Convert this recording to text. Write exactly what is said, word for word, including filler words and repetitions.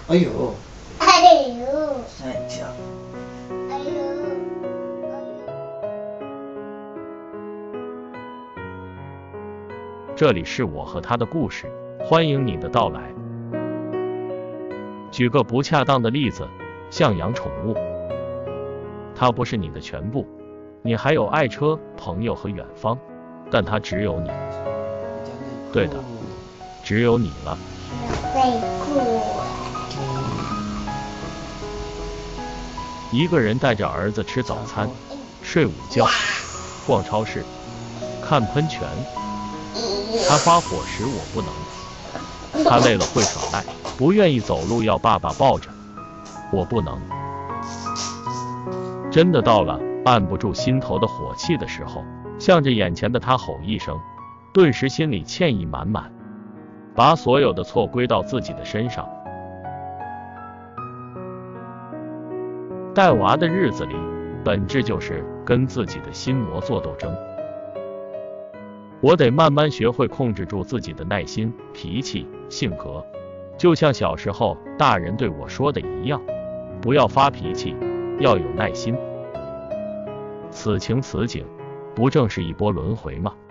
哎呦， 哎呦， 哎呀， 哎呦， 这里是我和他的故事，欢迎你的到来。举个不恰当的例子，像养宠物，它不是你的全部，你还有爱车、朋友和远方，但它只有你。对的，只有你了。 内裤。 一个人带着儿子吃早餐、睡午觉、逛超市、看喷泉。他发火时我不能，他累了会耍赖，不愿意走路要爸爸抱着，我不能。真的到了按不住心头的火气的时候，向着眼前的他吼一声，顿时心里歉意满满，把所有的错归到自己的身上。带娃的日子里，本质就是跟自己的心魔做斗争。我得慢慢学会控制住自己的耐心、脾气、性格，就像小时候大人对我说的一样，不要发脾气，要有耐心。此情此景，不正是一波轮回吗？